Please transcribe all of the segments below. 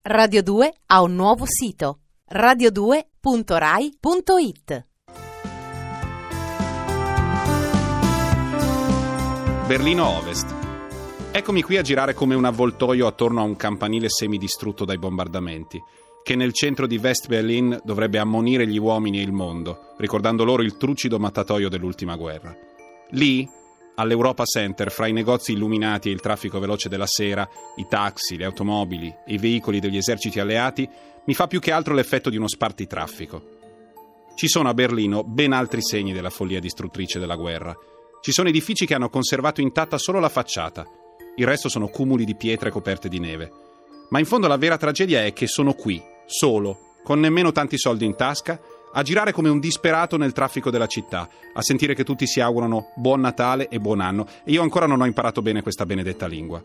Radio 2 ha un nuovo sito: radio2.rai.it. Berlino Ovest. Eccomi qui a girare come un avvoltoio attorno a un campanile semidistrutto dai bombardamenti, che nel centro di West Berlin dovrebbe ammonire gli uomini e il mondo, ricordando loro il trucido mattatoio dell'ultima guerra. Lì, all'Europa Center, fra i negozi illuminati e il traffico veloce della sera, i taxi, le automobili e i veicoli degli eserciti alleati, mi fa più che altro l'effetto di uno spartitraffico. Ci sono a Berlino ben altri segni della follia distruttrice della guerra. Ci sono edifici che hanno conservato intatta solo la facciata. Il resto sono cumuli di pietre coperte di neve. Ma in fondo la vera tragedia è che sono qui, solo, con nemmeno tanti soldi in tasca, a girare come un disperato nel traffico della città, a sentire che tutti si augurano buon Natale e buon anno, e io ancora non ho imparato bene questa benedetta lingua.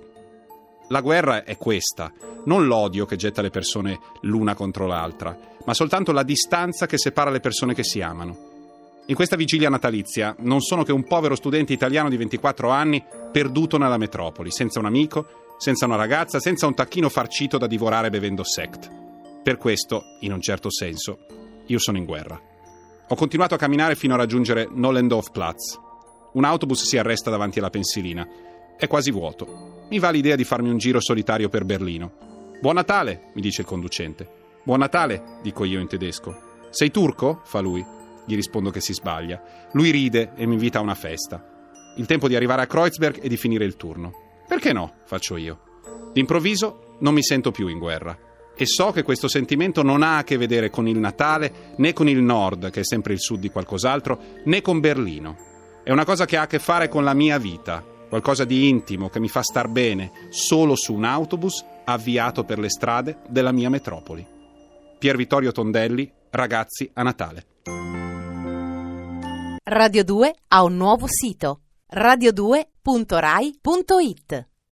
La guerra è questa, non l'odio che getta le persone l'una contro l'altra, ma soltanto la distanza che separa le persone che si amano. In questa vigilia natalizia non sono che un povero studente italiano di 24 anni perduto nella metropoli, senza un amico, senza una ragazza, senza un tacchino farcito da divorare bevendo sekt. Per questo, in un certo senso, io sono in guerra. Ho continuato a camminare fino a raggiungere Nollendorfplatz. Un autobus si arresta davanti alla pensilina. È quasi vuoto. Mi va l'idea di farmi un giro solitario per Berlino. «Buon Natale», mi dice il conducente. «Buon Natale», dico io in tedesco. «Sei turco?» fa lui. Gli rispondo che si sbaglia. Lui ride e mi invita a una festa. Il tempo di arrivare a Kreuzberg e di finire il turno. «Perché no?» faccio io. D'improvviso non mi sento più in guerra. E so che questo sentimento non ha a che vedere con il Natale, né con il Nord, che è sempre il Sud di qualcos'altro, né con Berlino. È una cosa che ha a che fare con la mia vita, qualcosa di intimo che mi fa star bene solo su un autobus avviato per le strade della mia metropoli. Pier Vittorio Tondelli, Ragazzi a Natale. Radio 2 ha un nuovo sito: radio2.rai.it.